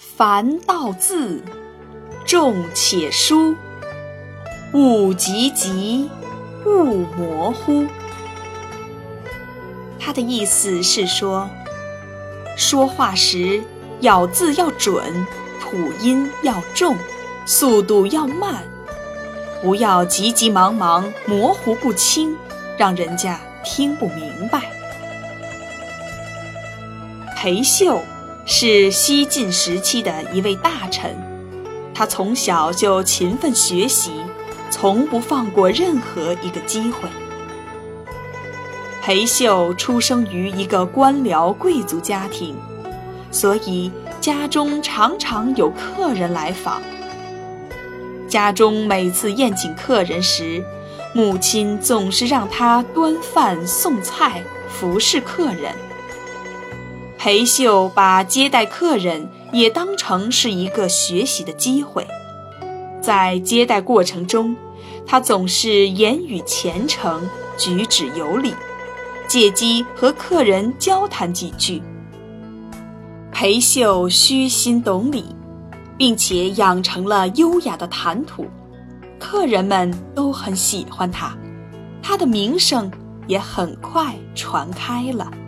凡道字，重且疏，勿急急，勿模糊。他的意思是说，说话时咬字要准，吐音要重，速度要慢，不要急急忙忙，模糊不清，让人家听不明白。裴秀是西晋时期的一位大臣，他从小就勤奋学习，从不放过任何一个机会。裴秀出生于一个官僚贵族家庭，所以家中常常有客人来访。家中每次宴请客人时，母亲总是让他端饭送菜，服侍客人。裴秀把接待客人也当成是一个学习的机会，在接待过程中，他总是言语虔诚，举止有礼，借机和客人交谈几句。裴秀虚心懂礼，并且养成了优雅的谈吐，客人们都很喜欢他，他的名声也很快传开了。